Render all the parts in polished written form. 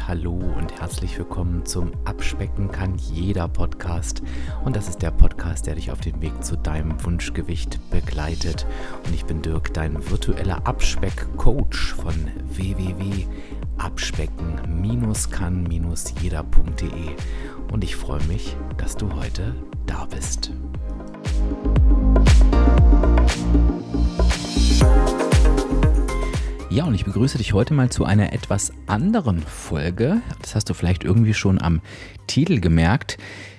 hallo und herzlich willkommen zum Abspecken kann jeder Podcast. Und das ist der Podcast, der dich auf dem Weg zu deinem Wunschgewicht begleitet. Und ich bin Dirk, dein virtueller Abspeck-Coach von www.abspecken-kann-jeder.de. Und ich freue mich, dass du heute da bist. Ja, und ich begrüße dich heute mal zu einer etwas anderen Folge. Das hast du vielleicht irgendwie schon am Titel gemerkt.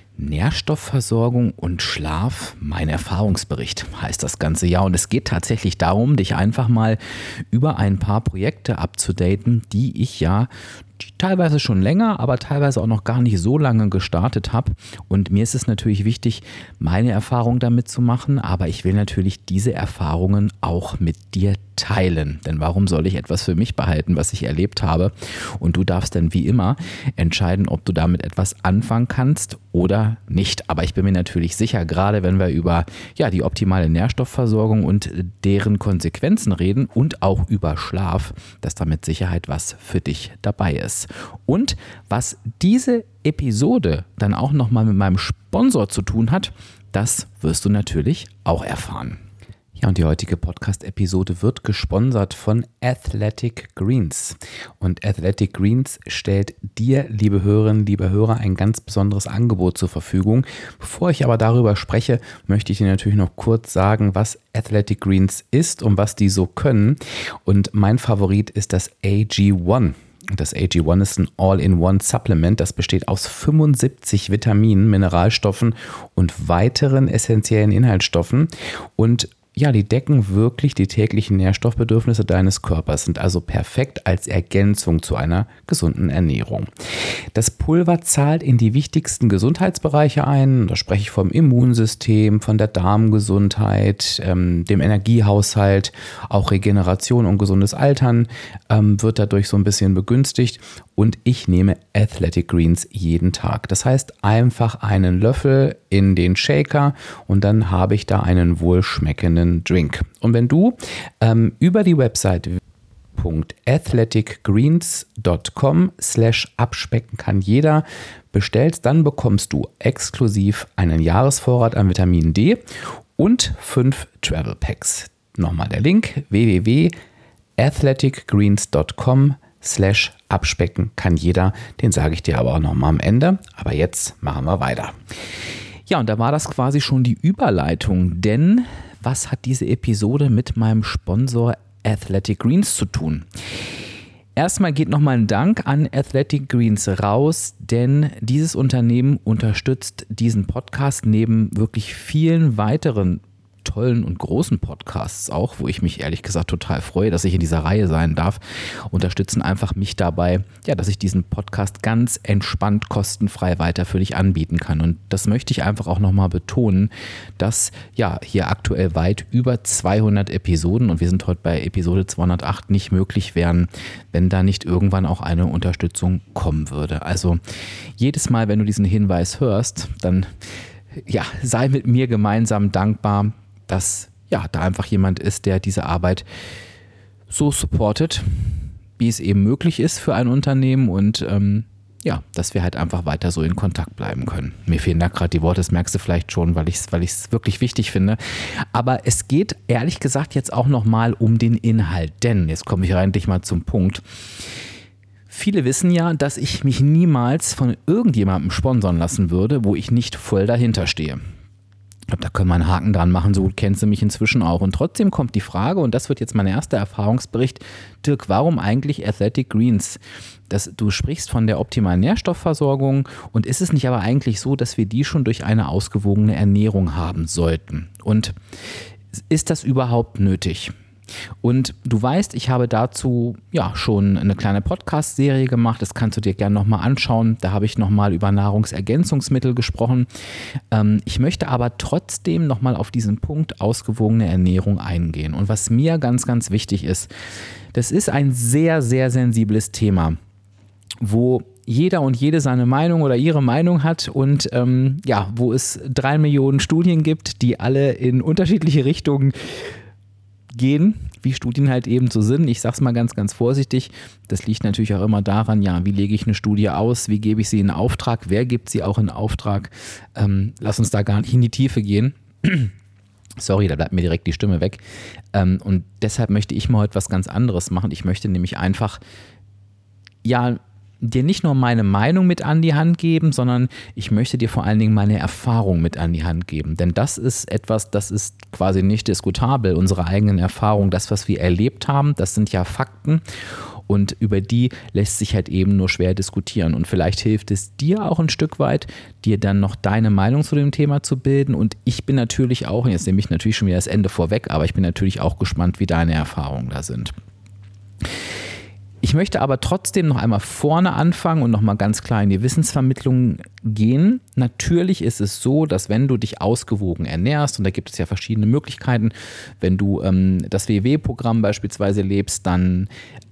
Nährstoffversorgung und Schlaf, mein Erfahrungsbericht heißt das ganze Jahr. Und es geht tatsächlich darum, dich einfach mal über ein paar Projekte abzudaten, die ich teilweise schon länger, aber teilweise auch noch gar nicht so lange gestartet habe. Und mir ist es natürlich wichtig, meine Erfahrung damit zu machen, aber ich will natürlich diese Erfahrungen auch mit dir teilen. Denn warum soll ich etwas für mich behalten, was ich erlebt habe? Und du darfst dann wie immer entscheiden, ob du damit etwas anfangen kannst oder nicht. Aber ich bin mir natürlich sicher, gerade wenn wir über die optimale Nährstoffversorgung und deren Konsequenzen reden und auch über Schlaf, dass da mit Sicherheit was für dich dabei ist. Und was diese Episode dann auch nochmal mit meinem Sponsor zu tun hat, das wirst du natürlich auch erfahren. Ja, und die heutige Podcast-Episode wird gesponsert von Athletic Greens. Und Athletic Greens stellt dir, liebe Hörerinnen, liebe Hörer, ein ganz besonderes Angebot zur Verfügung. Bevor ich aber darüber spreche, möchte ich dir natürlich noch kurz sagen, was Athletic Greens ist und was die so können. Und mein Favorit ist das AG1. Das AG1 ist ein All-in-One-Supplement, das besteht aus 75 Vitaminen, Mineralstoffen und weiteren essentiellen Inhaltsstoffen und die decken wirklich die täglichen Nährstoffbedürfnisse deines Körpers, sind also perfekt als Ergänzung zu einer gesunden Ernährung. Das Pulver zahlt in die wichtigsten Gesundheitsbereiche ein, da spreche ich vom Immunsystem, von der Darmgesundheit, dem Energiehaushalt, auch Regeneration und gesundes Altern wird dadurch so ein bisschen begünstigt. Und ich nehme Athletic Greens jeden Tag. Das heißt, einfach einen Löffel in den Shaker und dann habe ich da einen wohlschmeckenden Drink. Und wenn du über die Website www.athleticgreens.com/abspecken kann jeder bestellst, dann bekommst du exklusiv einen Jahresvorrat an Vitamin D und 5 Travel Packs. Nochmal der Link www.athleticgreens.com/abspecken kann jeder, den sage ich dir aber auch nochmal am Ende. Aber jetzt machen wir weiter. Ja, und da war das quasi schon die Überleitung, denn was hat diese Episode mit meinem Sponsor Athletic Greens zu tun? Erstmal geht nochmal ein Dank an Athletic Greens raus, denn dieses Unternehmen unterstützt diesen Podcast neben wirklich vielen weiteren tollen und großen Podcasts auch, wo ich mich ehrlich gesagt total freue, dass ich in dieser Reihe sein darf, unterstützen einfach mich dabei, dass ich diesen Podcast ganz entspannt, kostenfrei weiter für dich anbieten kann. Und das möchte ich einfach auch nochmal betonen, dass hier aktuell weit über 200 Episoden und wir sind heute bei Episode 208 nicht möglich wären, wenn da nicht irgendwann auch eine Unterstützung kommen würde. Also jedes Mal, wenn du diesen Hinweis hörst, dann sei mit mir gemeinsam dankbar, dass da einfach jemand ist, der diese Arbeit so supportet, wie es eben möglich ist für ein Unternehmen und dass wir halt einfach weiter so in Kontakt bleiben können. Mir fehlen da gerade die Worte, das merkst du vielleicht schon, weil ich es wirklich wichtig finde. Aber es geht ehrlich gesagt jetzt auch nochmal um den Inhalt, denn jetzt komme ich endlich mal zum Punkt. Viele wissen ja, dass ich mich niemals von irgendjemandem sponsern lassen würde, wo ich nicht voll dahinter stehe. Da können wir einen Haken dran machen, so gut kennst du mich inzwischen auch. Und trotzdem kommt die Frage, und das wird jetzt mein erster Erfahrungsbericht, Dirk, warum eigentlich Athletic Greens? Du sprichst von der optimalen Nährstoffversorgung und ist es nicht aber eigentlich so, dass wir die schon durch eine ausgewogene Ernährung haben sollten? Und ist das überhaupt nötig? Und du weißt, ich habe dazu schon eine kleine Podcast-Serie gemacht, das kannst du dir gerne nochmal anschauen, da habe ich nochmal über Nahrungsergänzungsmittel gesprochen. Ich möchte aber trotzdem nochmal auf diesen Punkt ausgewogene Ernährung eingehen. Und was mir ganz, ganz wichtig ist, das ist ein sehr, sehr sensibles Thema, wo jeder und jede seine Meinung oder ihre Meinung hat und wo es 3 Millionen Studien gibt, die alle in unterschiedliche Richtungen gehen, wie Studien halt eben so sind. Ich sage es mal ganz, ganz vorsichtig. Das liegt natürlich auch immer daran, ja, wie lege ich eine Studie aus, wie gebe ich sie in Auftrag, wer gibt sie auch in Auftrag. Lass uns da gar nicht in die Tiefe gehen. Sorry, da bleibt mir direkt die Stimme weg. Und deshalb möchte ich mal heute was ganz anderes machen. Ich möchte nämlich einfach, ja, dir nicht nur meine Meinung mit an die Hand geben, sondern ich möchte dir vor allen Dingen meine Erfahrung mit an die Hand geben. Denn das ist etwas, das ist quasi nicht diskutabel, unsere eigenen Erfahrungen, das, was wir erlebt haben, das sind ja Fakten und über die lässt sich halt eben nur schwer diskutieren. Und vielleicht hilft es dir auch ein Stück weit, dir dann noch deine Meinung zu dem Thema zu bilden. Und ich bin natürlich auch, und jetzt nehme ich natürlich schon wieder das Ende vorweg, aber ich bin natürlich auch gespannt, wie deine Erfahrungen da sind. Ich möchte aber trotzdem noch einmal vorne anfangen und nochmal ganz klar in die Wissensvermittlung gehen. Natürlich ist es so, dass wenn du dich ausgewogen ernährst, und da gibt es ja verschiedene Möglichkeiten, wenn du das WW-Programm beispielsweise lebst, dann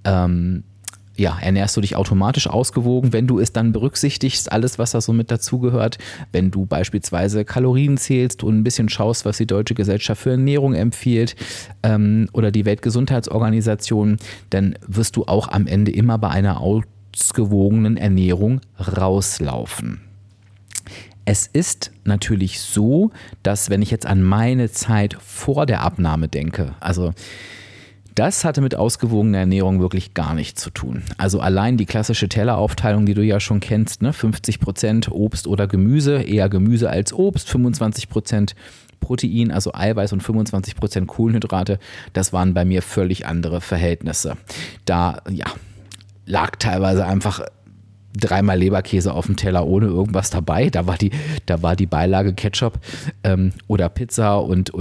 ernährst du dich automatisch ausgewogen, wenn du es dann berücksichtigst, alles, was da so mit dazugehört. Wenn du beispielsweise Kalorien zählst und ein bisschen schaust, was die Deutsche Gesellschaft für Ernährung empfiehlt oder die Weltgesundheitsorganisation, dann wirst du auch am Ende immer bei einer ausgewogenen Ernährung rauslaufen. Es ist natürlich so, dass wenn ich jetzt an meine Zeit vor der Abnahme denke, also das hatte mit ausgewogener Ernährung wirklich gar nichts zu tun. Also allein die klassische Telleraufteilung, die du ja schon kennst, ne? 50% Obst oder Gemüse, eher Gemüse als Obst, 25% Protein, also Eiweiß und 25% Kohlenhydrate, das waren bei mir völlig andere Verhältnisse. Da lag teilweise einfach 3-mal Leberkäse auf dem Teller ohne irgendwas dabei. Da war die Beilage Ketchup oder Pizza und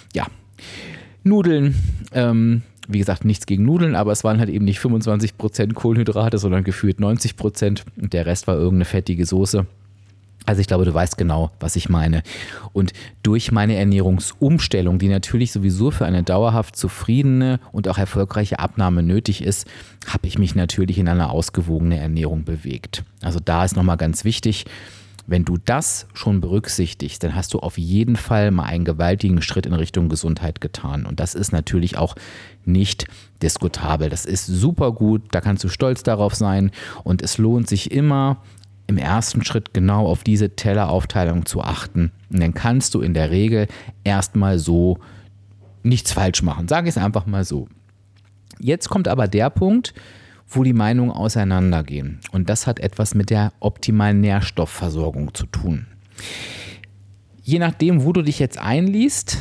Nudeln. Wie gesagt, nichts gegen Nudeln, aber es waren halt eben nicht 25% Kohlenhydrate, sondern gefühlt 90% und der Rest war irgendeine fettige Soße. Also ich glaube, du weißt genau, was ich meine. Und durch meine Ernährungsumstellung, die natürlich sowieso für eine dauerhaft zufriedene und auch erfolgreiche Abnahme nötig ist, habe ich mich natürlich in eine ausgewogene Ernährung bewegt. Also da ist nochmal ganz wichtig, wenn du das schon berücksichtigst, dann hast du auf jeden Fall mal einen gewaltigen Schritt in Richtung Gesundheit getan. Und das ist natürlich auch nicht diskutabel. Das ist super gut, da kannst du stolz darauf sein. Und es lohnt sich immer, im ersten Schritt genau auf diese Telleraufteilung zu achten. Und dann kannst du in der Regel erstmal so nichts falsch machen. Sage ich es einfach mal so. Jetzt kommt aber der Punkt, wo die Meinungen auseinandergehen. Und das hat etwas mit der optimalen Nährstoffversorgung zu tun. Je nachdem, wo du dich jetzt einliest,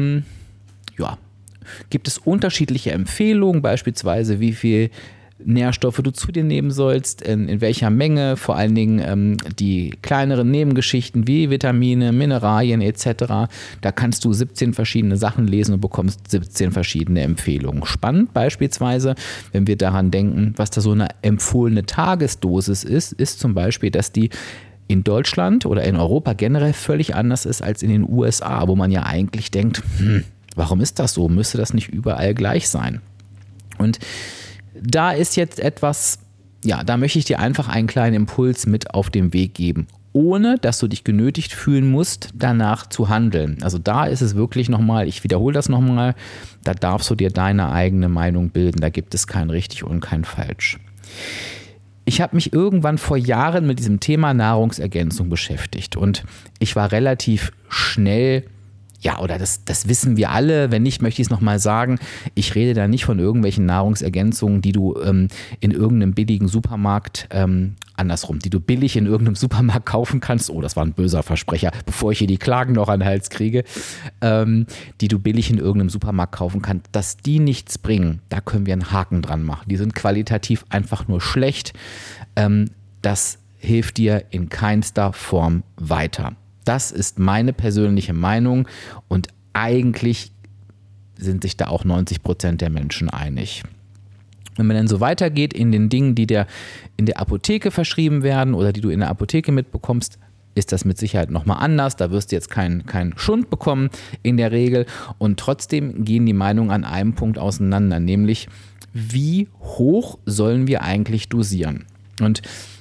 gibt es unterschiedliche Empfehlungen, beispielsweise wie viel Nährstoffe du zu dir nehmen sollst, in welcher Menge, vor allen Dingen die kleineren Nebengeschichten wie Vitamine, Mineralien etc. Da kannst du 17 verschiedene Sachen lesen und bekommst 17 verschiedene Empfehlungen. Spannend beispielsweise, wenn wir daran denken, was da so eine empfohlene Tagesdosis ist zum Beispiel, dass die in Deutschland oder in Europa generell völlig anders ist als in den USA, wo man ja eigentlich denkt, warum ist das so? Müsste das nicht überall gleich sein? Und da ist jetzt etwas, da möchte ich dir einfach einen kleinen Impuls mit auf den Weg geben, ohne dass du dich genötigt fühlen musst, danach zu handeln. Also da ist es wirklich nochmal, ich wiederhole das nochmal, da darfst du dir deine eigene Meinung bilden, da gibt es kein richtig und kein falsch. Ich habe mich irgendwann vor Jahren mit diesem Thema Nahrungsergänzung beschäftigt und ich war relativ schnell, das wissen wir alle, wenn nicht, möchte ich es nochmal sagen, ich rede da nicht von irgendwelchen Nahrungsergänzungen, die du in irgendeinem billigen Supermarkt, die du billig in irgendeinem Supermarkt kaufen kannst, das war ein böser Versprecher, bevor ich hier die Klagen noch an den Hals kriege, die du billig in irgendeinem Supermarkt kaufen kannst, dass die nichts bringen, da können wir einen Haken dran machen. Die sind qualitativ einfach nur schlecht, das hilft dir in keinster Form weiter. Das ist meine persönliche Meinung und eigentlich sind sich da auch 90% der Menschen einig. Wenn man dann so weitergeht in den Dingen, die dir in der Apotheke verschrieben werden oder die du in der Apotheke mitbekommst, ist das mit Sicherheit nochmal anders. Da wirst du jetzt kein Schund bekommen in der Regel und trotzdem gehen die Meinungen an einem Punkt auseinander, nämlich wie hoch sollen wir eigentlich dosieren? Und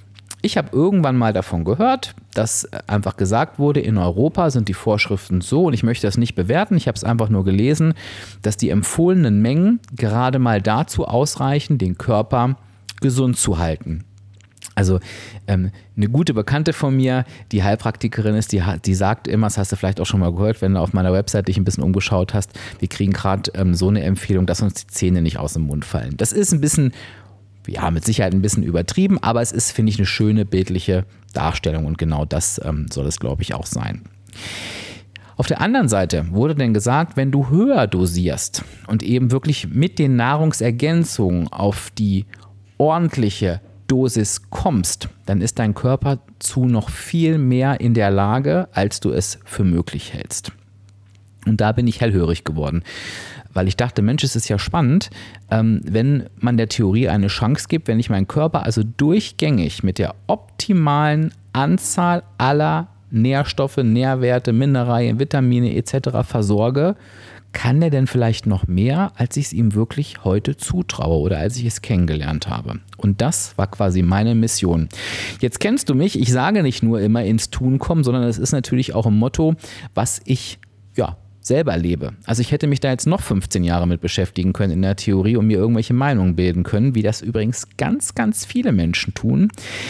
Ich habe irgendwann mal davon gehört, dass einfach gesagt wurde, in Europa sind die Vorschriften so, und ich möchte das nicht bewerten, ich habe es einfach nur gelesen, dass die empfohlenen Mengen gerade mal dazu ausreichen, den Körper gesund zu halten. Also eine gute Bekannte von mir, die Heilpraktikerin ist, die sagt immer, das hast du vielleicht auch schon mal gehört, wenn du auf meiner Website dich ein bisschen umgeschaut hast, wir kriegen gerade so eine Empfehlung, dass uns die Zähne nicht aus dem Mund fallen. Das ist ein bisschen, ja, mit Sicherheit ein bisschen übertrieben, aber es ist, finde ich, eine schöne bildliche Darstellung und genau das soll es, glaube ich, auch sein. Auf der anderen Seite wurde dann gesagt, wenn du höher dosierst und eben wirklich mit den Nahrungsergänzungen auf die ordentliche Dosis kommst, dann ist dein Körper zu noch viel mehr in der Lage, als du es für möglich hältst. Und da bin ich hellhörig geworden, weil ich dachte, Mensch, es ist ja spannend, wenn man der Theorie eine Chance gibt, wenn ich meinen Körper also durchgängig mit der optimalen Anzahl aller Nährstoffe, Nährwerte, Mineralien, Vitamine etc. versorge, kann der denn vielleicht noch mehr, als ich es ihm wirklich heute zutraue oder als ich es kennengelernt habe? Und das war quasi meine Mission. Jetzt kennst du mich, ich sage nicht nur immer ins Tun kommen, sondern es ist natürlich auch ein Motto, was ich selber lebe. Also ich hätte mich da jetzt noch 15 Jahre mit beschäftigen können in der Theorie und mir irgendwelche Meinungen bilden können, wie das übrigens ganz, ganz viele Menschen tun.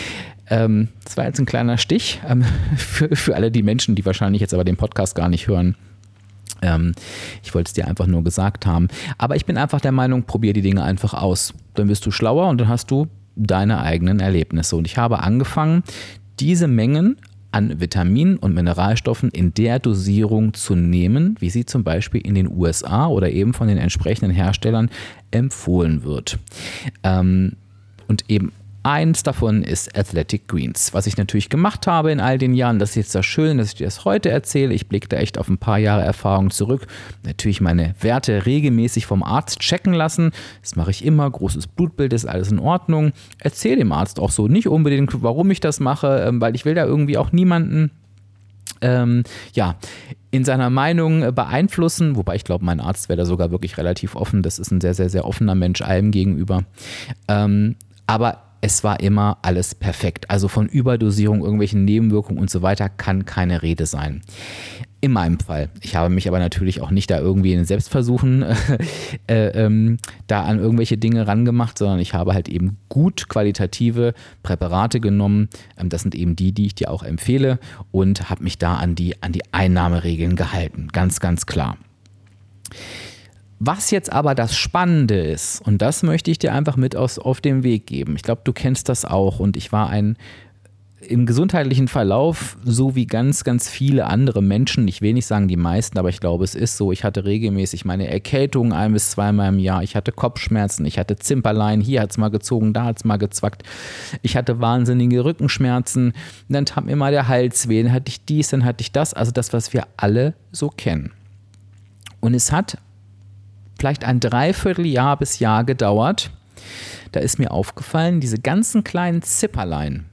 Das war jetzt ein kleiner Stich für alle die Menschen, die wahrscheinlich jetzt aber den Podcast gar nicht hören. Ich wollte es dir einfach nur gesagt haben. Aber ich bin einfach der Meinung, probier die Dinge einfach aus. Dann wirst du schlauer und dann hast du deine eigenen Erlebnisse. Und ich habe angefangen, diese Mengen an Vitaminen und Mineralstoffen in der Dosierung zu nehmen, wie sie zum Beispiel in den USA oder eben von den entsprechenden Herstellern empfohlen wird. Und eben eins davon ist Athletic Greens. Was ich natürlich gemacht habe in all den Jahren, das ist jetzt das Schöne, dass ich dir das heute erzähle. Ich blicke da echt auf ein paar Jahre Erfahrung zurück. Natürlich meine Werte regelmäßig vom Arzt checken lassen. Das mache ich immer. Großes Blutbild, ist alles in Ordnung. Erzähle dem Arzt auch so. Nicht unbedingt, warum ich das mache, weil ich will da irgendwie auch niemanden in seiner Meinung beeinflussen. Wobei ich glaube, mein Arzt wäre da sogar wirklich relativ offen. Das ist ein sehr, sehr, sehr offener Mensch allem gegenüber. Aber es war immer alles perfekt. Also von Überdosierung, irgendwelchen Nebenwirkungen und so weiter kann keine Rede sein. In meinem Fall. Ich habe mich aber natürlich auch nicht da irgendwie in den Selbstversuchen da an irgendwelche Dinge rangemacht, sondern ich habe halt eben gut qualitative Präparate genommen. Das sind eben die ich dir auch empfehle und habe mich da an die Einnahmeregeln gehalten. Ganz, ganz klar. Was jetzt aber das Spannende ist, und das möchte ich dir einfach mit auf den Weg geben. Ich glaube, du kennst das auch und ich war im gesundheitlichen Verlauf, so wie ganz, ganz viele andere Menschen, ich will nicht sagen die meisten, aber ich glaube, es ist so, ich hatte regelmäßig meine Erkältungen 1- bis 2-mal im Jahr, ich hatte Kopfschmerzen, ich hatte Zimperlein, hier hat es mal gezogen, da hat es mal gezwackt, ich hatte wahnsinnige Rückenschmerzen, dann tat mir mal der Hals weh, dann hatte ich dies, dann hatte ich das, also das, was wir alle so kennen. Und es hat vielleicht ein Dreivierteljahr bis Jahr gedauert. Da ist mir aufgefallen, diese ganzen kleinen Zipperlein,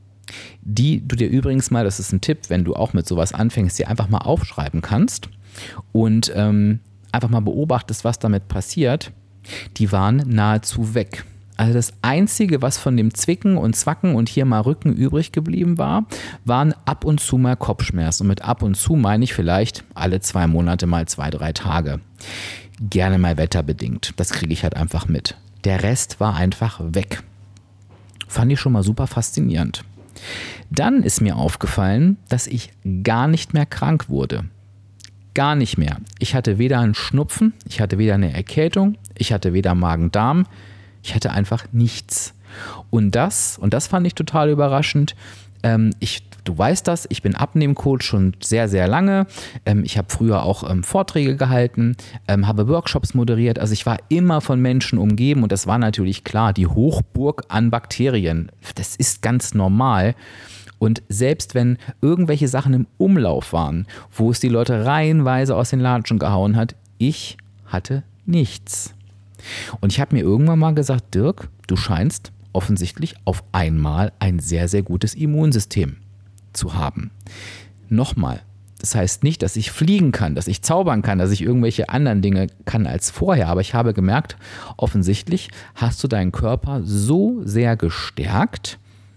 die du dir übrigens mal, das ist ein Tipp, wenn du auch mit sowas anfängst, dir einfach mal aufschreiben kannst und einfach mal beobachtest, was damit passiert, die waren nahezu weg. Also das Einzige, was von dem Zwicken und Zwacken und hier mal Rücken übrig geblieben war, waren ab und zu mal Kopfschmerzen. Und mit ab und zu meine ich vielleicht alle 2 Monate mal 2-3 Tage. Gerne mal wetterbedingt. Das kriege ich halt einfach mit. Der Rest war einfach weg. Fand ich schon mal super faszinierend. Dann ist mir aufgefallen, dass ich gar nicht mehr krank wurde. Gar nicht mehr. Ich hatte weder einen Schnupfen, ich hatte weder eine Erkältung, ich hatte weder Magen-Darm, ich hatte einfach nichts. Und das fand ich total überraschend. Du weißt das, ich bin Abnehmcoach schon sehr, sehr lange. Ich habe früher auch Vorträge gehalten, habe Workshops moderiert. Also ich war immer von Menschen umgeben und das war natürlich klar, die Hochburg an Bakterien. Das ist ganz normal. Und selbst wenn irgendwelche Sachen im Umlauf waren, wo es die Leute reihenweise aus den Latschen gehauen hat, ich hatte nichts. Und ich habe mir irgendwann mal gesagt, Dirk, du scheinst offensichtlich auf einmal ein sehr, sehr gutes Immunsystem zu haben. Nochmal, das heißt nicht, dass ich fliegen kann, dass ich zaubern kann, dass ich irgendwelche anderen Dinge kann als vorher, aber ich habe gemerkt, offensichtlich hast du deinen Körper so sehr gestärkt,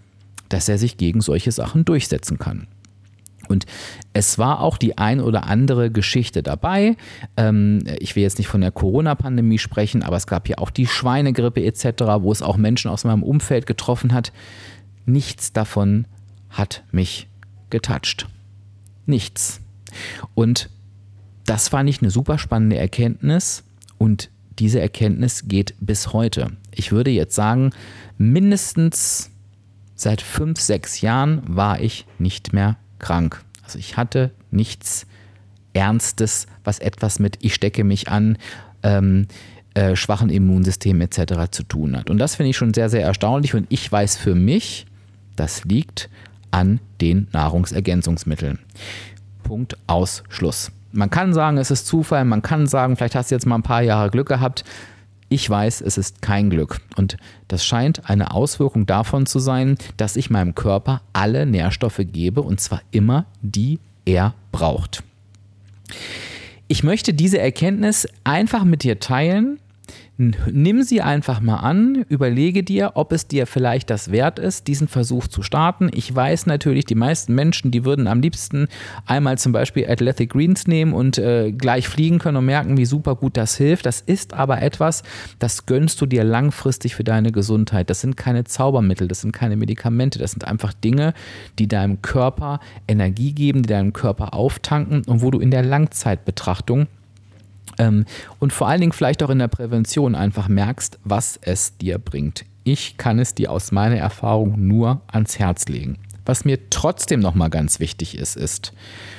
dass er sich gegen solche Sachen durchsetzen kann. Und es war auch die ein oder andere Geschichte dabei. Ich will jetzt nicht von der Corona-Pandemie sprechen, aber es gab ja auch die Schweinegrippe etc., wo es auch Menschen aus meinem Umfeld getroffen hat. Nichts davon hat mich getoucht. Nichts. Und das fand ich eine super spannende Erkenntnis und diese Erkenntnis geht bis heute. Ich würde jetzt sagen, mindestens seit 5, 6 Jahren war ich nicht mehr krank. Also ich hatte nichts Ernstes, was etwas mit ich stecke mich an, schwachen Immunsystem etc. zu tun hat. Und das finde ich schon sehr, sehr erstaunlich und ich weiß für mich, das liegt an den Nahrungsergänzungsmitteln. Punkt, aus, Schluss. Man kann sagen, es ist Zufall, man kann sagen, vielleicht hast du jetzt mal ein paar Jahre Glück gehabt. Ich weiß, es ist kein Glück. Und das scheint eine Auswirkung davon zu sein, dass ich meinem Körper alle Nährstoffe gebe und zwar immer, die er braucht. Ich möchte diese Erkenntnis einfach mit dir teilen. Nimm sie einfach mal an, überlege dir, ob es dir vielleicht das wert ist, diesen Versuch zu starten. Ich weiß natürlich, die meisten Menschen, die würden am liebsten einmal zum Beispiel Athletic Greens nehmen und gleich fliegen können und merken, wie super gut das hilft. Das ist aber etwas, das gönnst du dir langfristig für deine Gesundheit. Das sind keine Zaubermittel, das sind keine Medikamente, das sind einfach Dinge, die deinem Körper Energie geben, die deinem Körper auftanken und wo du in der Langzeitbetrachtung und vor allen Dingen vielleicht auch in der Prävention einfach merkst, was es dir bringt. Ich kann es dir aus meiner Erfahrung nur ans Herz legen. Was mir trotzdem nochmal ganz wichtig ist,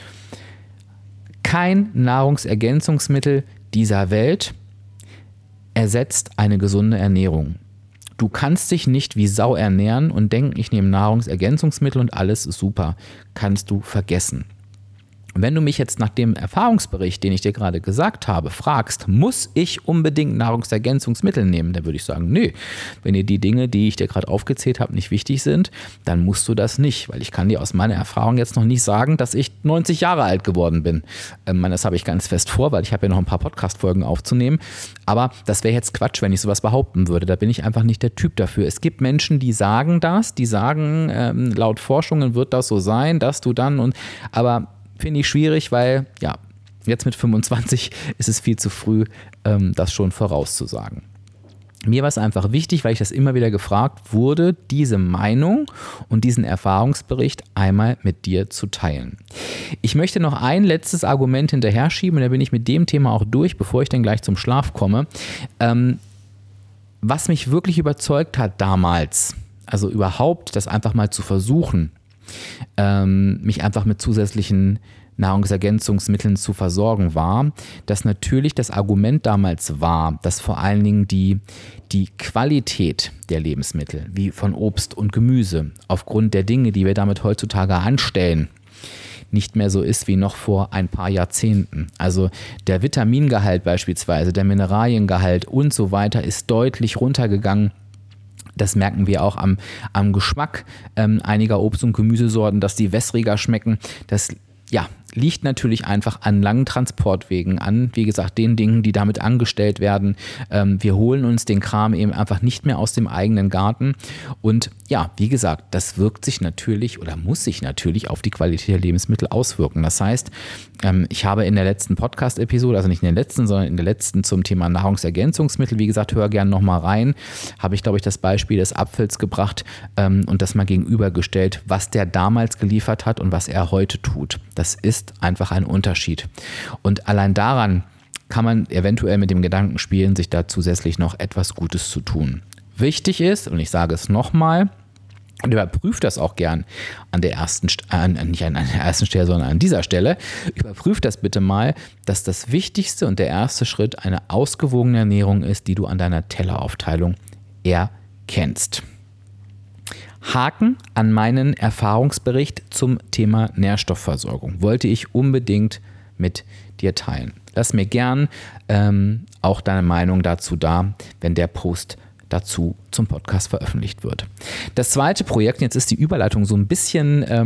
kein Nahrungsergänzungsmittel dieser Welt ersetzt eine gesunde Ernährung. Du kannst dich nicht wie Sau ernähren und denken, ich nehme Nahrungsergänzungsmittel und alles ist super. Kannst du vergessen. Wenn du mich jetzt nach dem Erfahrungsbericht, den ich dir gerade gesagt habe, fragst, muss ich unbedingt Nahrungsergänzungsmittel nehmen, dann würde ich sagen, nö. Wenn dir die Dinge, die ich dir gerade aufgezählt habe, nicht wichtig sind, dann musst du das nicht, weil ich kann dir aus meiner Erfahrung jetzt noch nicht sagen, dass ich 90 Jahre alt geworden bin. Das habe ich ganz fest vor, weil ich habe ja noch ein paar Podcast-Folgen aufzunehmen, aber das wäre jetzt Quatsch, wenn ich sowas behaupten würde. Da bin ich einfach nicht der Typ dafür. Es gibt Menschen, die sagen das, die sagen, laut Forschungen wird das so sein, dass du dann aber finde ich schwierig, weil ja, jetzt mit 25 ist es viel zu früh, das schon vorauszusagen. Mir war es einfach wichtig, weil ich das immer wieder gefragt wurde, diese Meinung und diesen Erfahrungsbericht einmal mit dir zu teilen. Ich möchte noch ein letztes Argument hinterher schieben und da bin ich mit dem Thema auch durch, bevor ich dann gleich zum Schlaf komme. Was mich wirklich überzeugt hat damals, also überhaupt das einfach mal zu versuchen, mich einfach mit zusätzlichen Nahrungsergänzungsmitteln zu versorgen, war, dass natürlich das Argument damals war, dass vor allen Dingen die Qualität der Lebensmittel, wie von Obst und Gemüse, aufgrund der Dinge, die wir damit heutzutage anstellen, nicht mehr so ist wie noch vor ein paar Jahrzehnten. Also der Vitamingehalt beispielsweise, der Mineraliengehalt und so weiter ist deutlich runtergegangen. Das merken wir auch am Geschmack einiger Obst- und Gemüsesorten, dass die wässriger schmecken. Das liegt natürlich einfach an langen Transportwegen, an, wie gesagt, den Dingen, die damit angestellt werden. Wir holen uns den Kram eben einfach nicht mehr aus dem eigenen Garten. Und ja, wie gesagt, das wirkt sich natürlich oder muss sich natürlich auf die Qualität der Lebensmittel auswirken. Das heißt, ich habe in der letzten Podcast-Episode, also nicht in der letzten, sondern in der letzten zum Thema Nahrungsergänzungsmittel, wie gesagt, hör gerne nochmal rein, habe ich, glaube ich, das Beispiel des Apfels gebracht und das mal gegenübergestellt, was der damals geliefert hat und was er heute tut. Das ist einfach ein Unterschied. Und allein daran kann man eventuell mit dem Gedanken spielen, sich da zusätzlich noch etwas Gutes zu tun. Wichtig ist, und ich sage es nochmal, und überprüft das auch gern an der ersten, nicht an der ersten Stelle, sondern an dieser Stelle, überprüft das bitte mal, dass das Wichtigste und der erste Schritt eine ausgewogene Ernährung ist, die du an deiner Telleraufteilung erkennst. Haken an meinen Erfahrungsbericht zum Thema Nährstoffversorgung wollte ich unbedingt mit dir teilen. Lass mir gern auch deine Meinung dazu da, wenn der Post dazu zum Podcast veröffentlicht wird. Das zweite Projekt, jetzt ist die Überleitung so ein bisschen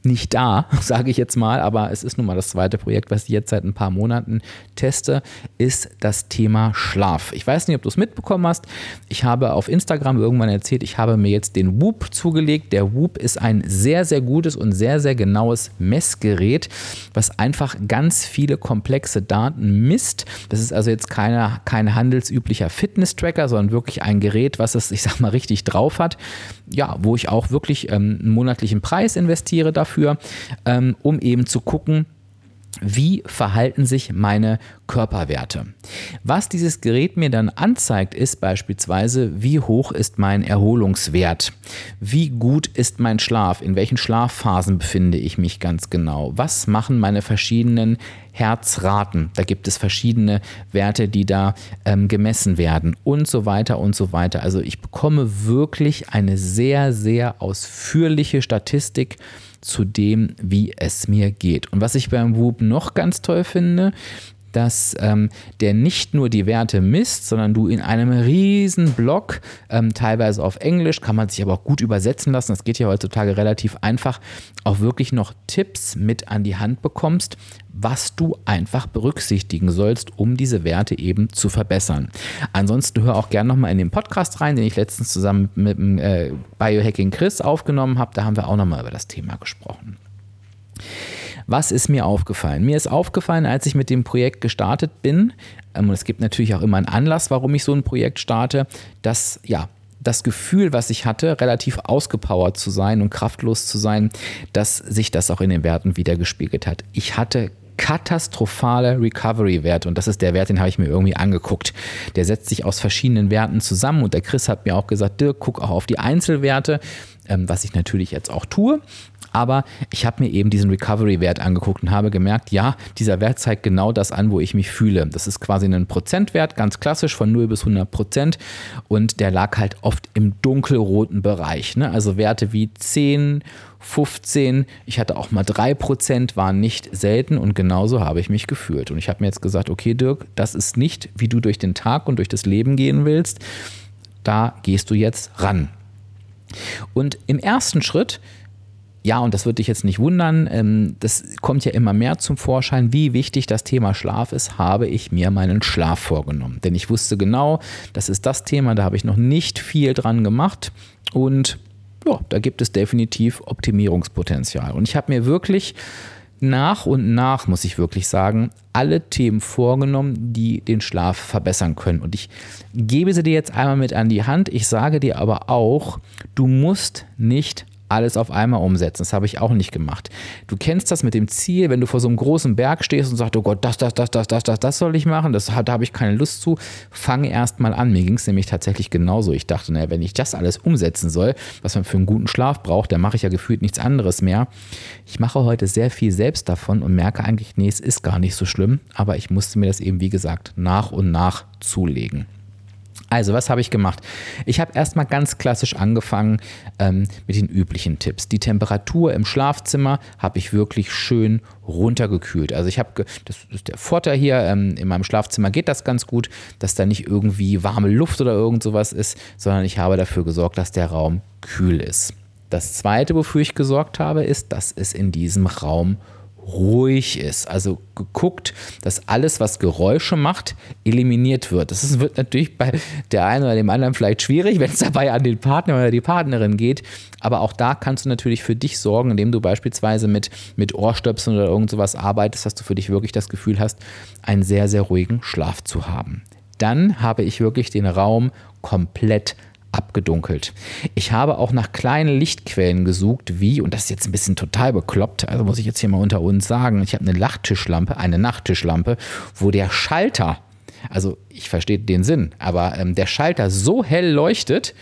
nicht da, sage ich jetzt mal, aber es ist nun mal das zweite Projekt, was ich jetzt seit ein paar Monaten teste, ist das Thema Schlaf. Ich weiß nicht, ob du es mitbekommen hast. Ich habe auf Instagram irgendwann erzählt, ich habe mir jetzt den Whoop zugelegt. Der Whoop ist ein sehr, sehr gutes und sehr, sehr genaues Messgerät, was einfach ganz viele komplexe Daten misst. Das ist also jetzt kein handelsüblicher Fitness-Tracker, sondern wirklich ein Gerät, was es, ich sag mal, richtig drauf hat. Ja, wo ich auch wirklich einen monatlichen Preis investiere dafür, um eben zu gucken, wie verhalten sich meine Körperwerte. Was dieses Gerät mir dann anzeigt, ist beispielsweise, wie hoch ist mein Erholungswert, wie gut ist mein Schlaf, in welchen Schlafphasen befinde ich mich ganz genau, was machen meine verschiedenen Herzraten, da gibt es verschiedene Werte, die da gemessen werden und so weiter und so weiter. Also ich bekomme wirklich eine sehr, sehr ausführliche Statistik zu dem, wie es mir geht. Und was ich beim Whoop noch ganz toll finde, dass der nicht nur die Werte misst, sondern du in einem riesen Block, teilweise auf Englisch, kann man sich aber auch gut übersetzen lassen, das geht ja heutzutage relativ einfach, auch wirklich noch Tipps mit an die Hand bekommst, was du einfach berücksichtigen sollst, um diese Werte eben zu verbessern. Ansonsten hör auch gerne nochmal in den Podcast rein, den ich letztens zusammen mit dem Biohacking Chris aufgenommen habe, da haben wir auch nochmal über das Thema gesprochen. Was ist mir aufgefallen? Mir ist aufgefallen, als ich mit dem Projekt gestartet bin, und es gibt natürlich auch immer einen Anlass, warum ich so ein Projekt starte, dass das Gefühl, was ich hatte, relativ ausgepowert zu sein und kraftlos zu sein, dass sich das auch in den Werten wiedergespiegelt hat. Ich hatte katastrophale Recovery-Werte und das ist der Wert, den habe ich mir irgendwie angeguckt. Der setzt sich aus verschiedenen Werten zusammen und der Chris hat mir auch gesagt, Dirk, guck auch auf die Einzelwerte, was ich natürlich jetzt auch tue. Aber ich habe mir eben diesen Recovery-Wert angeguckt und habe gemerkt, ja, dieser Wert zeigt genau das an, wo ich mich fühle. Das ist quasi ein Prozentwert, ganz klassisch von 0 bis 100% und der lag halt oft im dunkelroten Bereich. Ne? Also Werte wie 10, 15, ich hatte auch mal 3%, waren nicht selten und genauso habe ich mich gefühlt. Und ich habe mir jetzt gesagt, okay Dirk, das ist nicht, wie du durch den Tag und durch das Leben gehen willst, da gehst du jetzt ran. Und im ersten Schritt, ja, und das wird dich jetzt nicht wundern, das kommt ja immer mehr zum Vorschein, wie wichtig das Thema Schlaf ist, habe ich mir meinen Schlaf vorgenommen. Denn ich wusste genau, das ist das Thema, da habe ich noch nicht viel dran gemacht und ja, da gibt es definitiv Optimierungspotenzial. Und ich habe mir wirklich nach und nach, muss ich wirklich sagen, alle Themen vorgenommen, die den Schlaf verbessern können. Und ich gebe sie dir jetzt einmal mit an die Hand. Ich sage dir aber auch, du musst nicht alles auf einmal umsetzen. Das habe ich auch nicht gemacht. Du kennst das mit dem Ziel, wenn du vor so einem großen Berg stehst und sagst, oh Gott, das soll ich machen, da habe ich keine Lust zu. Fange erst mal an. Mir ging es nämlich tatsächlich genauso. Ich dachte, naja, wenn ich das alles umsetzen soll, was man für einen guten Schlaf braucht, dann mache ich ja gefühlt nichts anderes mehr. Ich mache heute sehr viel selbst davon und merke eigentlich, nee, es ist gar nicht so schlimm, aber ich musste mir das eben, wie gesagt, nach und nach zulegen. Also, was habe ich gemacht? Ich habe erstmal ganz klassisch angefangen mit den üblichen Tipps. Die Temperatur im Schlafzimmer habe ich wirklich schön runtergekühlt. Also das ist der Vorteil hier, in meinem Schlafzimmer geht das ganz gut, dass da nicht irgendwie warme Luft oder irgend sowas ist, sondern ich habe dafür gesorgt, dass der Raum kühl ist. Das Zweite, wofür ich gesorgt habe, ist, dass es in diesem Raum ruhig ist. Also geguckt, dass alles, was Geräusche macht, eliminiert wird. Wird natürlich bei der einen oder dem anderen vielleicht schwierig, wenn es dabei an den Partner oder die Partnerin geht. Aber auch da kannst du natürlich für dich sorgen, indem du beispielsweise mit Ohrstöpseln oder irgend sowas arbeitest, dass du für dich wirklich das Gefühl hast, einen sehr, sehr ruhigen Schlaf zu haben. Dann habe ich wirklich den Raum komplett abgedunkelt. Ich habe auch nach kleinen Lichtquellen gesucht, und das ist jetzt ein bisschen total bekloppt, also muss ich jetzt hier mal unter uns sagen, ich habe eine Nachttischlampe, wo der Schalter, also ich verstehe den Sinn, aber der Schalter so hell leuchtet,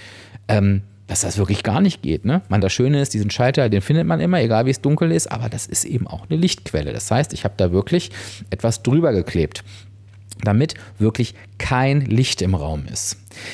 dass das wirklich gar nicht geht. Ne? Das Schöne ist, diesen Schalter, den findet man immer, egal wie es dunkel ist, aber das ist eben auch eine Lichtquelle. Das heißt, ich habe da wirklich etwas drüber geklebt, damit wirklich kein Licht im Raum ist.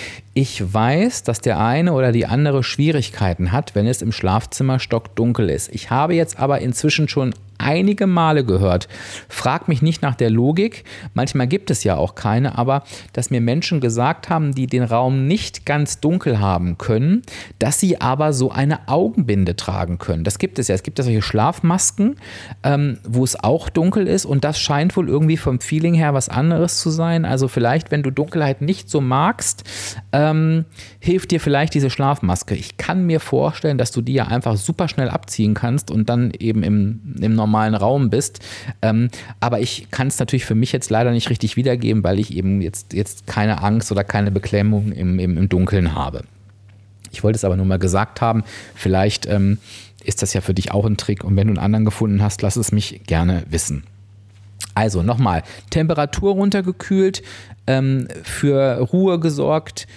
Ich weiß, dass der eine oder die andere Schwierigkeiten hat, wenn es im Schlafzimmer stockdunkel ist. Ich habe jetzt aber inzwischen schon einige Male gehört. Frag mich nicht nach der Logik, manchmal gibt es ja auch keine, aber dass mir Menschen gesagt haben, die den Raum nicht ganz dunkel haben können, dass sie aber so eine Augenbinde tragen können. Das gibt es ja. Es gibt ja solche Schlafmasken, wo es auch dunkel ist und das scheint wohl irgendwie vom Feeling her was anderes zu sein. Also vielleicht, wenn du Dunkelheit nicht so magst, hilft dir vielleicht diese Schlafmaske. Ich kann mir vorstellen, dass du die ja einfach super schnell abziehen kannst und dann eben im normalen Raum bist. Aber ich kann es natürlich für mich jetzt leider nicht richtig wiedergeben, weil ich eben jetzt keine Angst oder keine Beklemmung im Dunkeln habe. Ich wollte es aber nur mal gesagt haben, vielleicht ist das ja für dich auch ein Trick und wenn du einen anderen gefunden hast, lass es mich gerne wissen. Also nochmal, Temperatur runtergekühlt, für Ruhe gesorgt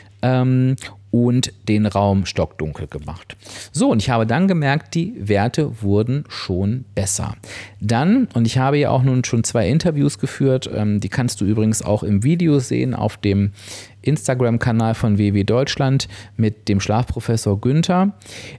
und den Raum stockdunkel gemacht. So, und ich habe dann gemerkt, die Werte wurden schon besser. Dann, und ich habe ja auch nun schon 2 Interviews geführt, die kannst du übrigens auch im Video sehen auf dem Instagram-Kanal von WW Deutschland mit dem Schlafprofessor Günther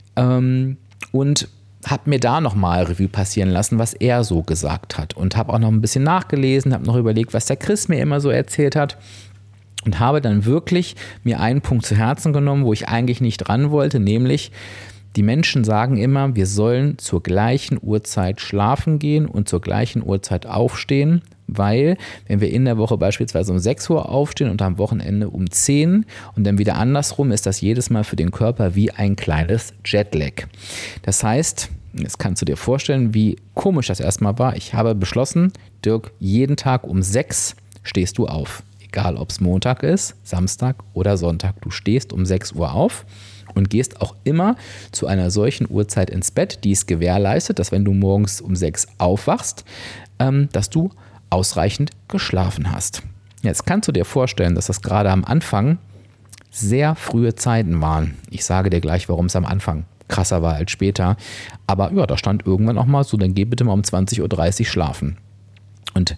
und habe mir da nochmal Revue passieren lassen, was er so gesagt hat und habe auch noch ein bisschen nachgelesen, habe noch überlegt, was der Chris mir immer so erzählt hat. Und habe dann wirklich mir einen Punkt zu Herzen genommen, wo ich eigentlich nicht ran wollte, nämlich die Menschen sagen immer, wir sollen zur gleichen Uhrzeit schlafen gehen und zur gleichen Uhrzeit aufstehen, weil wenn wir in der Woche beispielsweise um 6 Uhr aufstehen und am Wochenende um 10 und dann wieder andersrum, ist das jedes Mal für den Körper wie ein kleines Jetlag. Das heißt, jetzt kannst du dir vorstellen, wie komisch das erstmal war. Ich habe beschlossen, Dirk, jeden Tag um 6 stehst du auf. Egal, ob es Montag ist, Samstag oder Sonntag. Du stehst um 6 Uhr auf und gehst auch immer zu einer solchen Uhrzeit ins Bett, die es gewährleistet, dass wenn du morgens um 6 aufwachst, dass du ausreichend geschlafen hast. Jetzt kannst du dir vorstellen, dass das gerade am Anfang sehr frühe Zeiten waren. Ich sage dir gleich, warum es am Anfang krasser war als später. Aber ja, da stand irgendwann auch mal so, dann geh bitte mal um 20.30 Uhr schlafen. Und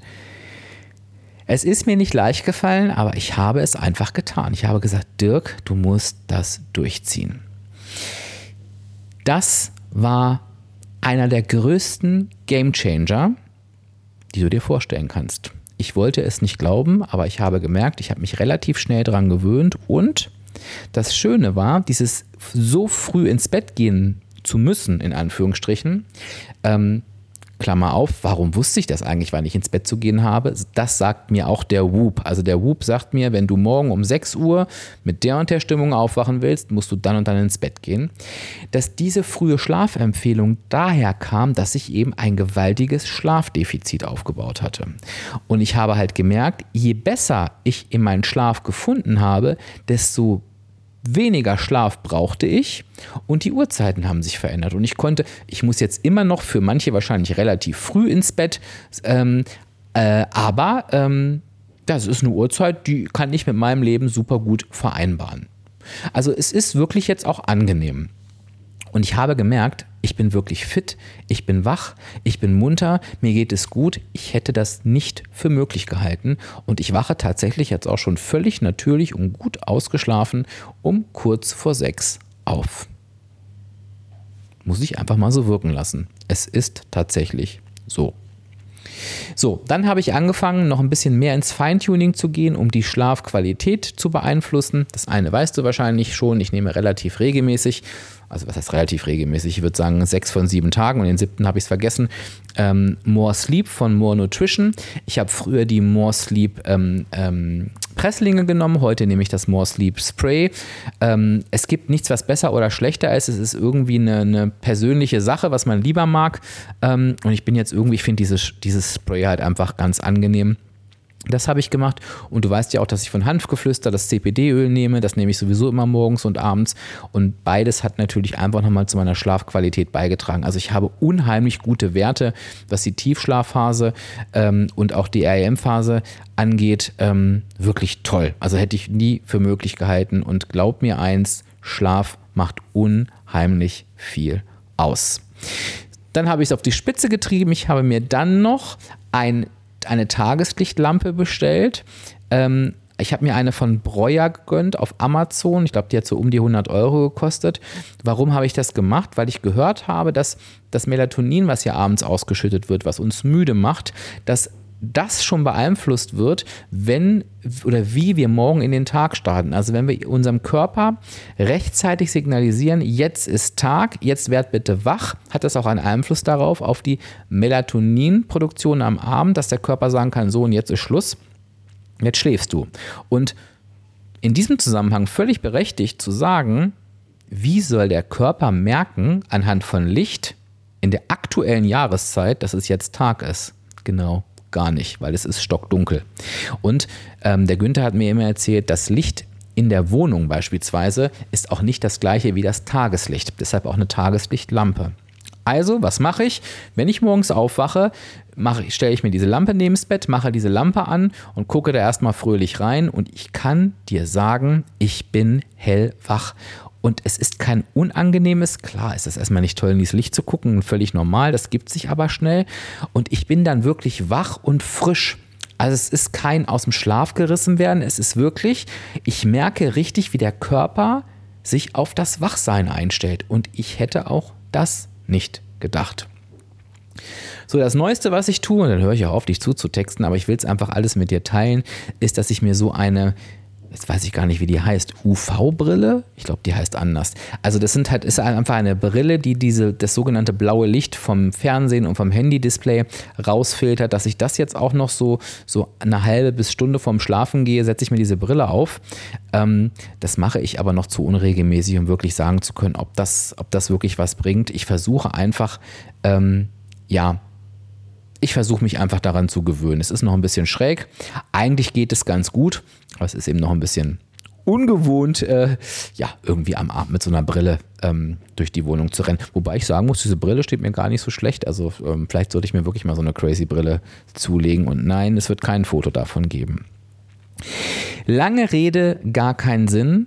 es ist mir nicht leicht gefallen, aber ich habe es einfach getan. Ich habe gesagt, Dirk, du musst das durchziehen. Das war einer der größten Gamechanger, die du dir vorstellen kannst. Ich wollte es nicht glauben, aber ich habe gemerkt, ich habe mich relativ schnell daran gewöhnt und das Schöne war, dieses so früh ins Bett gehen zu müssen, in Anführungsstrichen, Klammer auf, warum wusste ich das eigentlich, wann ich ins Bett zu gehen habe? Das sagt mir auch der Whoop. Also der Whoop sagt mir, wenn du morgen um 6 Uhr mit der und der Stimmung aufwachen willst, musst du dann und dann ins Bett gehen. Dass diese frühe Schlafempfehlung daher kam, dass ich eben ein gewaltiges Schlafdefizit aufgebaut hatte. Und ich habe halt gemerkt, je besser ich in meinen Schlaf gefunden habe, desto weniger Schlaf brauchte ich und die Uhrzeiten haben sich verändert. Und ich muss jetzt immer noch für manche wahrscheinlich relativ früh ins Bett, aber das ist eine Uhrzeit, die kann ich mit meinem Leben super gut vereinbaren. Also es ist wirklich jetzt auch angenehm. Und ich habe gemerkt, ich bin wirklich fit, ich bin wach, ich bin munter, mir geht es gut. Ich hätte das nicht für möglich gehalten und ich wache tatsächlich jetzt auch schon völlig natürlich und gut ausgeschlafen um kurz vor 6 auf. Muss ich einfach mal so wirken lassen. Es ist tatsächlich so. So, dann habe ich angefangen, noch ein bisschen mehr ins Feintuning zu gehen, um die Schlafqualität zu beeinflussen. Das eine weißt du wahrscheinlich schon, ich nehme relativ regelmäßig, also was heißt relativ regelmäßig, ich würde sagen 6 von 7 Tagen und den 7. habe ich es vergessen, More Sleep von More Nutrition. Ich habe früher die More Sleep Presslinge genommen, heute nehme ich das More Sleep Spray. Es gibt nichts, was besser oder schlechter ist, es ist irgendwie eine persönliche Sache, was man lieber mag und ich finde dieses Spray halt einfach ganz angenehm. Das habe ich gemacht und du weißt ja auch, dass ich von Hanfgeflüster das CBD-Öl nehme, das nehme ich sowieso immer morgens und abends und beides hat natürlich einfach nochmal zu meiner Schlafqualität beigetragen. Also ich habe unheimlich gute Werte, was die Tiefschlafphase und auch die REM-Phase angeht, wirklich toll. Also hätte ich nie für möglich gehalten und glaub mir eins, Schlaf macht unheimlich viel aus. Dann habe ich es auf die Spitze getrieben, ich habe mir dann noch eine Tageslichtlampe bestellt. Ich habe mir eine von Breuer gegönnt auf Amazon. Ich glaube, die hat so um die 100 € gekostet. Warum habe ich das gemacht? Weil ich gehört habe, dass das Melatonin, was ja abends ausgeschüttet wird, was uns müde macht, dass das schon beeinflusst wird, wenn oder wie wir morgen in den Tag starten. Also wenn wir unserem Körper rechtzeitig signalisieren, jetzt ist Tag, jetzt werd bitte wach, hat das auch einen Einfluss darauf, auf die Melatoninproduktion am Abend, dass der Körper sagen kann, so und jetzt ist Schluss, jetzt schläfst du. Und in diesem Zusammenhang völlig berechtigt zu sagen, wie soll der Körper merken, anhand von Licht in der aktuellen Jahreszeit, dass es jetzt Tag ist? Genau. Gar nicht, weil es ist stockdunkel. Und der Günther hat mir immer erzählt, das Licht in der Wohnung beispielsweise ist auch nicht das gleiche wie das Tageslicht. Deshalb auch eine Tageslichtlampe. Also, was mache ich? Wenn ich morgens aufwache, stelle ich mir diese Lampe neben das Bett, mache diese Lampe an und gucke da erstmal fröhlich rein. Und ich kann dir sagen, ich bin hellwach. Und es ist kein unangenehmes, klar ist es erstmal nicht toll, in dieses Licht zu gucken, völlig normal, das gibt sich aber schnell. Und ich bin dann wirklich wach und frisch. Also es ist kein aus dem Schlaf gerissen werden, es ist wirklich, ich merke richtig, wie der Körper sich auf das Wachsein einstellt. Und ich hätte auch das nicht gedacht. So, das Neueste, was ich tue, und dann höre ich auch auf, dich zuzutexten, aber ich will es einfach alles mit dir teilen, ist, dass ich mir so eine, jetzt weiß ich gar nicht, wie die heißt, UV-Brille? Ich glaube, die heißt anders. Also das ist einfach eine Brille, die das sogenannte blaue Licht vom Fernsehen und vom Handy-Display rausfiltert, dass ich das jetzt auch noch so eine halbe bis Stunde vorm Schlafen gehe, setze ich mir diese Brille auf. Das mache ich aber noch zu unregelmäßig, um wirklich sagen zu können, ob das wirklich was bringt. Ich versuche einfach, ich versuche mich einfach daran zu gewöhnen. Es ist noch ein bisschen schräg. Eigentlich geht es ganz gut, aber es ist eben noch ein bisschen ungewohnt, irgendwie am Abend mit so einer Brille durch die Wohnung zu rennen. Wobei ich sagen muss, diese Brille steht mir gar nicht so schlecht. Also vielleicht sollte ich mir wirklich mal so eine crazy Brille zulegen. Und nein, es wird kein Foto davon geben. Lange Rede, gar keinen Sinn.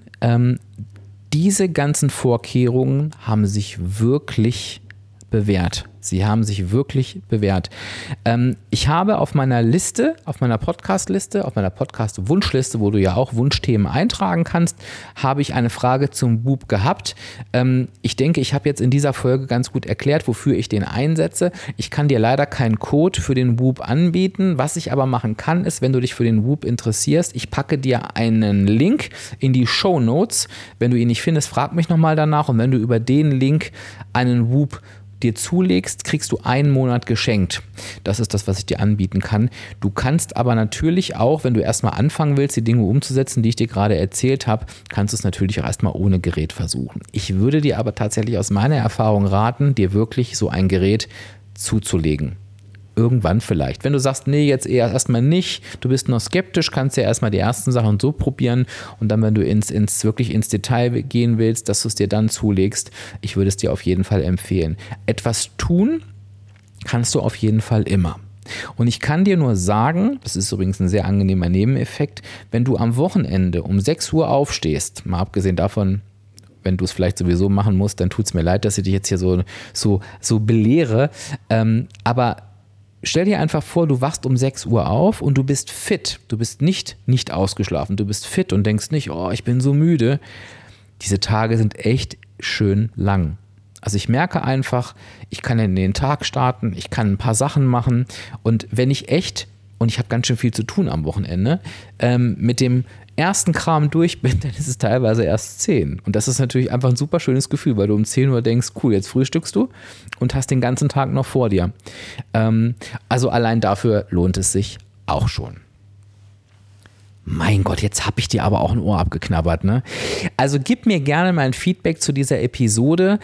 Diese ganzen Vorkehrungen haben sich wirklich bewährt. Sie haben sich wirklich bewährt. Ich habe auf meiner Liste, auf meiner Podcast-Liste, auf meiner Podcast-Wunschliste, wo du ja auch Wunschthemen eintragen kannst, habe ich eine Frage zum Whoop gehabt. Ich denke, ich habe jetzt in dieser Folge ganz gut erklärt, wofür ich den einsetze. Ich kann dir leider keinen Code für den Whoop anbieten. Was ich aber machen kann, ist, wenn du dich für den Whoop interessierst, ich packe dir einen Link in die Shownotes. Wenn du ihn nicht findest, frag mich nochmal danach. Und wenn du über den Link einen Whoop dir zulegst, kriegst du 1 Monat geschenkt. Das ist das, was ich dir anbieten kann. Du kannst aber natürlich auch, wenn du erstmal anfangen willst, die Dinge umzusetzen, die ich dir gerade erzählt habe, kannst du es natürlich auch erstmal ohne Gerät versuchen. Ich würde dir aber tatsächlich aus meiner Erfahrung raten, dir wirklich so ein Gerät zuzulegen. Irgendwann vielleicht. Wenn du sagst, nee, jetzt eher erstmal nicht, du bist noch skeptisch, kannst ja erstmal die ersten Sachen so probieren und dann, wenn du wirklich ins Detail gehen willst, dass du es dir dann zulegst. Ich würde es dir auf jeden Fall empfehlen. Etwas tun kannst du auf jeden Fall immer. Und ich kann dir nur sagen, das ist übrigens ein sehr angenehmer Nebeneffekt, wenn du am Wochenende um 6 Uhr aufstehst, mal abgesehen davon, wenn du es vielleicht sowieso machen musst, dann tut es mir leid, dass ich dich jetzt hier so belehre, aber stell dir einfach vor, du wachst um 6 Uhr auf und du bist fit. Du bist nicht ausgeschlafen. Du bist fit und denkst nicht, oh, ich bin so müde. Diese Tage sind echt schön lang. Also ich merke einfach, ich kann in den Tag starten, ich kann ein paar Sachen machen und wenn ich und ich habe ganz schön viel zu tun am Wochenende, mit dem ersten Kram durch bin, dann ist es teilweise erst 10. Und das ist natürlich einfach ein super schönes Gefühl, weil du um 10 Uhr denkst, cool, jetzt frühstückst du und hast den ganzen Tag noch vor dir. Also allein dafür lohnt es sich auch schon. Mein Gott, jetzt habe ich dir aber auch ein Ohr abgeknabbert, ne? Also gib mir gerne mal ein Feedback zu dieser Episode.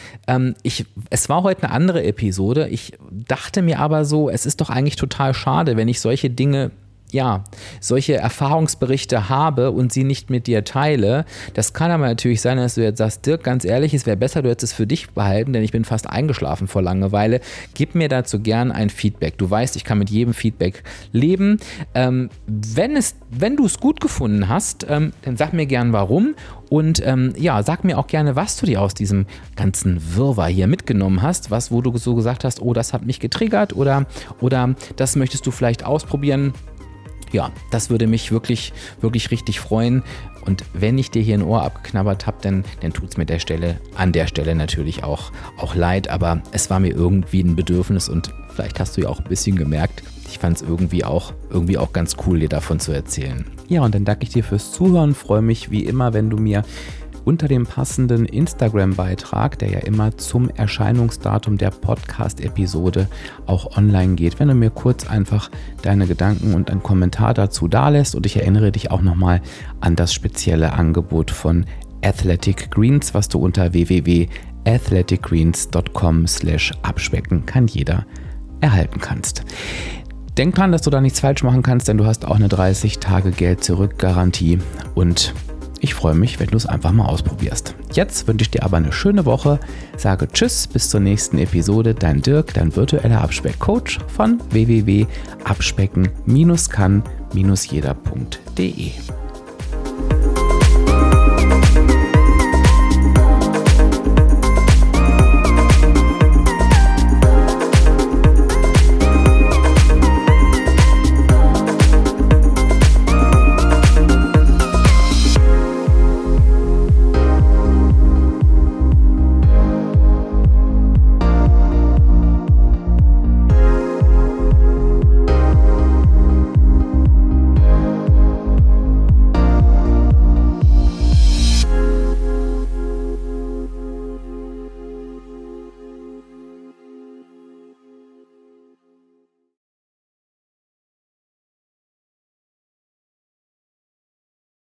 Es war heute eine andere Episode. Ich dachte mir aber so, es ist doch eigentlich total schade, wenn ich solche Dinge, solche Erfahrungsberichte habe und sie nicht mit dir teile. Das kann aber natürlich sein, dass du jetzt sagst, Dirk, ganz ehrlich, es wäre besser, du hättest es für dich behalten, denn ich bin fast eingeschlafen vor Langeweile. Gib mir dazu gern ein Feedback. Du weißt, ich kann mit jedem Feedback leben. Wenn du es gut gefunden hast, dann sag mir gern warum und sag mir auch gerne, was du dir aus diesem ganzen Wirrwarr hier mitgenommen hast, wo du so gesagt hast, oh, das hat mich getriggert oder das möchtest du vielleicht ausprobieren. Ja, das würde mich wirklich, wirklich richtig freuen. Und wenn ich dir hier ein Ohr abgeknabbert habe, dann tut es mir an der Stelle natürlich auch leid. Aber es war mir irgendwie ein Bedürfnis und vielleicht hast du ja auch ein bisschen gemerkt, ich fand es irgendwie auch ganz cool, dir davon zu erzählen. Ja, und dann danke ich dir fürs Zuhören. Freue mich wie immer, wenn du mir unter dem passenden Instagram-Beitrag, der ja immer zum Erscheinungsdatum der Podcast-Episode auch online geht, wenn du mir kurz einfach deine Gedanken und einen Kommentar dazu dalässt. Und ich erinnere dich auch nochmal an das spezielle Angebot von Athletic Greens, was du unter www.athleticgreens.com/abspecken kann jeder erhalten kannst. Denk dran, dass du da nichts falsch machen kannst, denn du hast auch eine 30-Tage-Geld-Zurück-Garantie und ich freue mich, wenn du es einfach mal ausprobierst. Jetzt wünsche ich dir aber eine schöne Woche, sage Tschüss, bis zur nächsten Episode, dein Dirk, dein virtueller Abspeck-Coach von www.abspecken-kann-jeder.de.